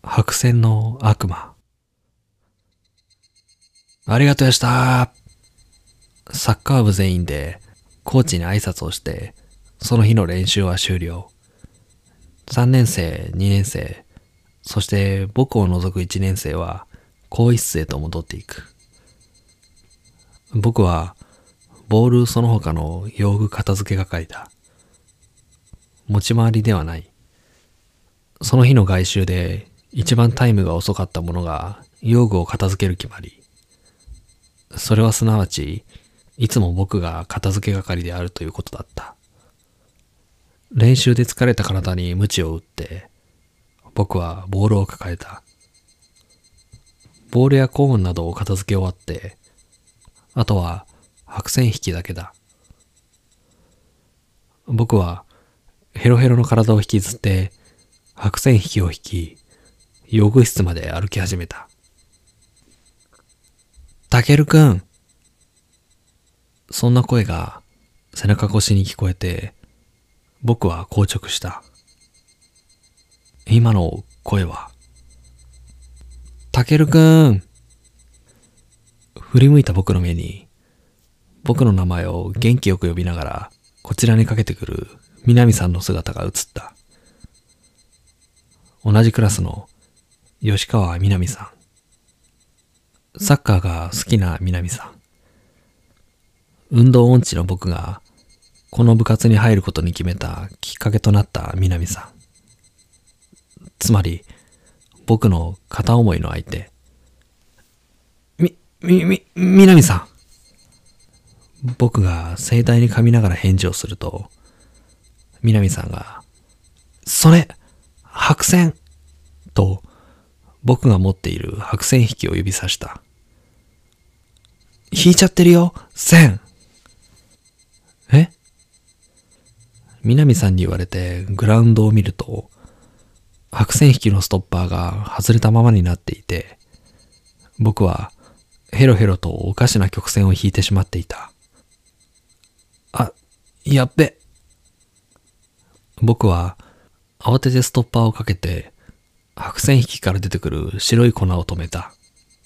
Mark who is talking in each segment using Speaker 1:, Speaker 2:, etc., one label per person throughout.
Speaker 1: 白線の悪魔。ありがとうやした。サッカー部全員でコーチに挨拶をして、その日の練習は終了。3年生、2年生、そして僕を除く1年生は更衣室へと戻っていく。僕はボールその他の用具片付け係だ。持ち回りではない。その日の外周で一番タイムが遅かった者が用具を片付ける決まり。それはすなわち、いつも僕が片付け係であるということだった。練習で疲れた体に鞭を打って、僕はボールを抱えた。ボールやコーンなどを片付け終わって、あとは白線引きだけだ。僕はヘロヘロの体を引きずって白線引きを引き、用具室まで歩き始めた。たけるくん。そんな声が背中越しに聞こえて、僕は硬直した。今の声は。たけるくん。振り向いた僕の目に、僕の名前を元気よく呼びながら、こちらにかけてくる南さんの姿が映った。同じクラスの吉川南さん。サッカーが好きな南さん。運動音痴の僕がこの部活に入ることに決めたきっかけとなった南さん。つまり僕の片思いの相手。南さん。僕が盛大に噛みながら返事をすると、南さんが、それ、白線と僕が持っている白線引きを指さした。引いちゃってるよ、線。え？南さんに言われてグラウンドを見ると、白線引きのストッパーが外れたままになっていて、僕はヘロヘロとおかしな曲線を引いてしまっていた。あ、やっべ。僕は慌ててストッパーをかけて、白線引きから出てくる白い粉を止めた。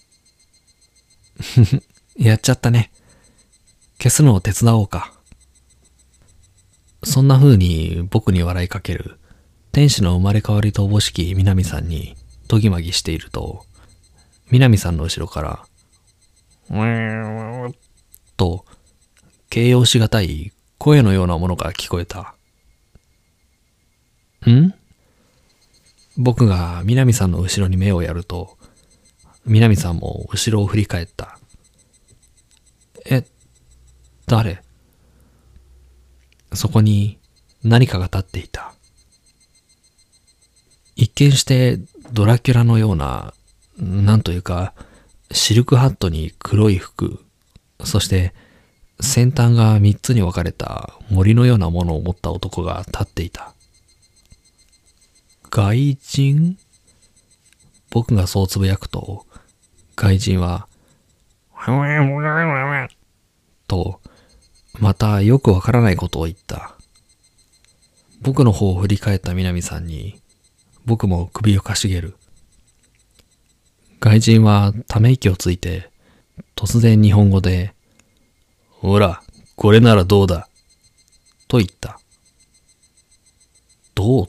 Speaker 1: やっちゃったね。消すのを手伝おうか。そんな風に僕に笑いかける天使の生まれ変わりとおぼしき南さんにとぎまぎしていると、南さんの後ろからと形容しがたい声のようなものが聞こえた。僕が南さんの後ろに目をやると、南さんも後ろを振り返った。誰？そこに何かが立っていた。一見してドラキュラのような、なんというか、シルクハットに黒い服、そして先端が三つに分かれた森のようなものを持った男が立っていた。外人？僕がそうつぶやくと、外人は、と、またよくわからないことを言った。僕の方を振り返った南さんに、僕も首をかしげる。外人はため息をついて、突然日本語で、ほら、これならどうだ、と言った。どうって？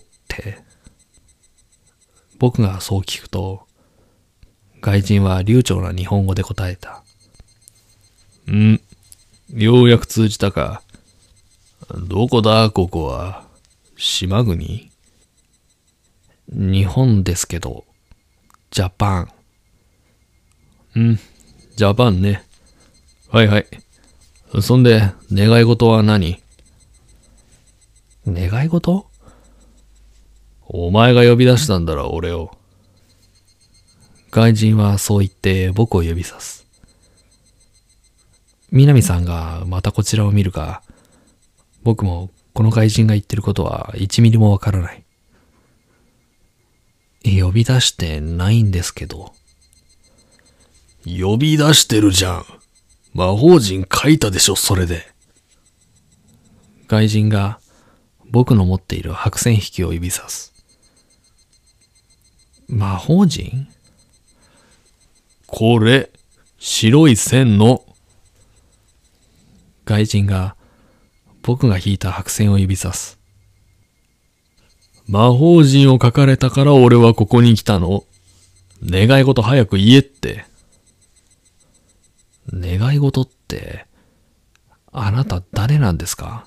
Speaker 1: 僕がそう聞くと、外人は流暢な日本語で答えた。ようやく通じたか。どこだ、ここは。島国？日本ですけど、ジャパン。ジャパンね。はいはい。そんで、願い事は何？願い事？お前が呼び出したんだろ、俺を。外人はそう言って僕を指さす。南さんがまたこちらを見るが、僕もこの外人が言ってることは1ミリもわからない。呼び出してないんですけど。呼び出してるじゃん。魔法陣書いたでしょ、それで。外人が僕の持っている白線引きを指さす。 魔法陣？これ、白い線の。外人が僕が引いた白線を指さす。魔法陣を書かれたから俺はここに来たの。願い事早く言えって。願い事って、あなた誰なんですか？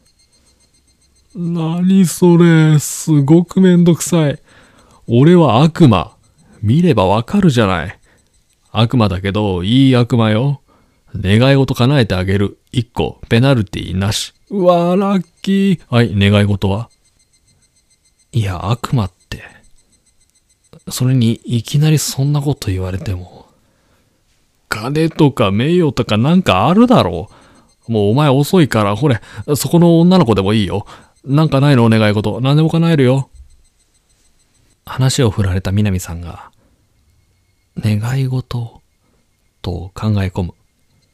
Speaker 1: 何それ、すごくめんどくさい。俺は悪魔。見ればわかるじゃない。悪魔だけど、いい悪魔よ。願い事叶えてあげる。1個、ペナルティなし。うわー、ラッキー。はい、願い事は？いや、悪魔って。それに、いきなりそんなこと言われても。金とか名誉とかなんかあるだろう。もうお前遅いから、ほれ、そこの女の子でもいいよ。なんかないの？願い事。何でも叶えるよ。話を振られた南さんが、願い事と考え込む。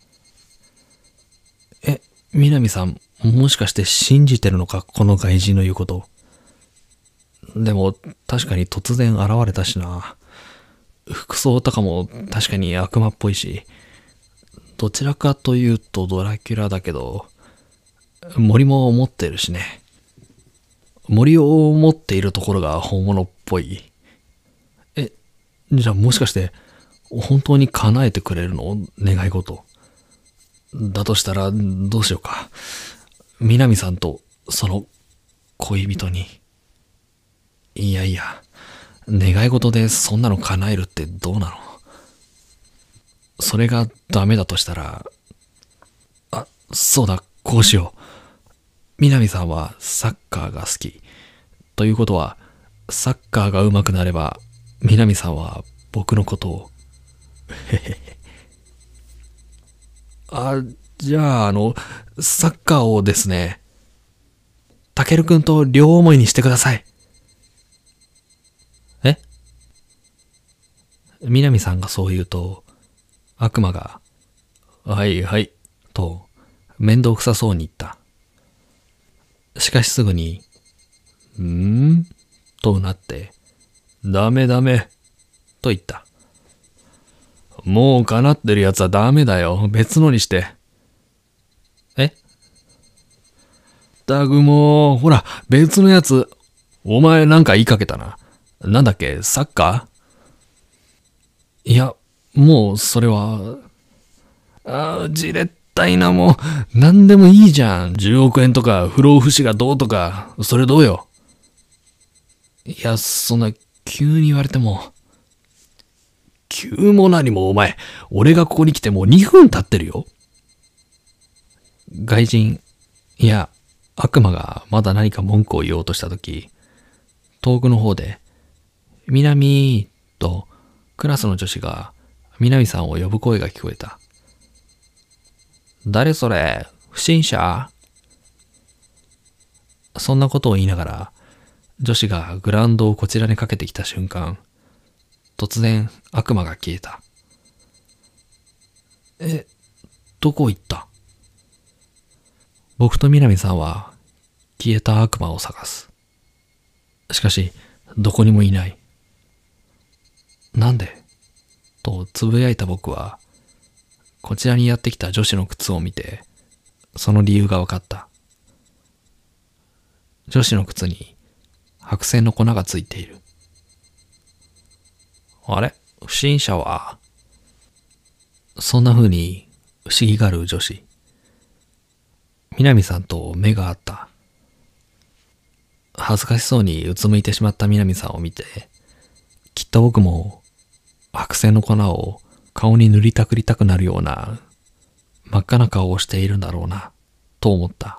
Speaker 1: 南さん、もしかして信じてるのか？この外人の言うこと。でも、確かに突然現れたしな。服装とかも確かに悪魔っぽいし、どちらかというとドラキュラだけど、森も持ってるしね。森を持っているところが本物っぽい。じゃあもしかして本当に叶えてくれるの？願い事。だとしたらどうしようか。南さんとその恋人に。いやいや、願い事でそんなの叶えるってどうなの？それがダメだとしたら、そうだ、こうしよう。南さんはサッカーが好き。ということは、サッカーが上手くなれば、南さんは僕のことを。じゃあ、サッカーをですね、タケル君と両思いにしてください。南さんがそう言うと、悪魔が、はいはい、と、面倒くさそうに言った。しかしすぐに、とうなって、ダメダメ、と言った。もう叶ってるやつはダメだよ。別のにして。ったくもう、ほら、別のやつ。お前なんか言いかけたな。なんだっけ、サッカー？いや、もうそれは。じれったいな、もう。なんでもいいじゃん。10億円とか不老不死がどうとか。それどうよ。いや、そんな、急に言われても。急も何もお前、俺がここに来てもう2分経ってるよ。外人、いや、悪魔がまだ何か文句を言おうとしたとき、遠くの方で、南とクラスの女子が南さんを呼ぶ声が聞こえた。誰それ？不審者？そんなことを言いながら、女子がグラウンドをこちらにかけてきた瞬間、突然悪魔が消えた。どこ行った？僕と南さんは消えた悪魔を探す。しかし、どこにもいない。なんで？とつぶやいた僕は、こちらにやってきた女子の靴を見て、その理由が分かった。女子の靴に白線の粉がついている。あれ？不審者は？そんな風に不思議がる女子。南さんと目が合った。恥ずかしそうにうつむいてしまった南さんを見て、きっと僕も白線の粉を顔に塗りたくりたくなるような真っ赤な顔をしているんだろうな、と思った。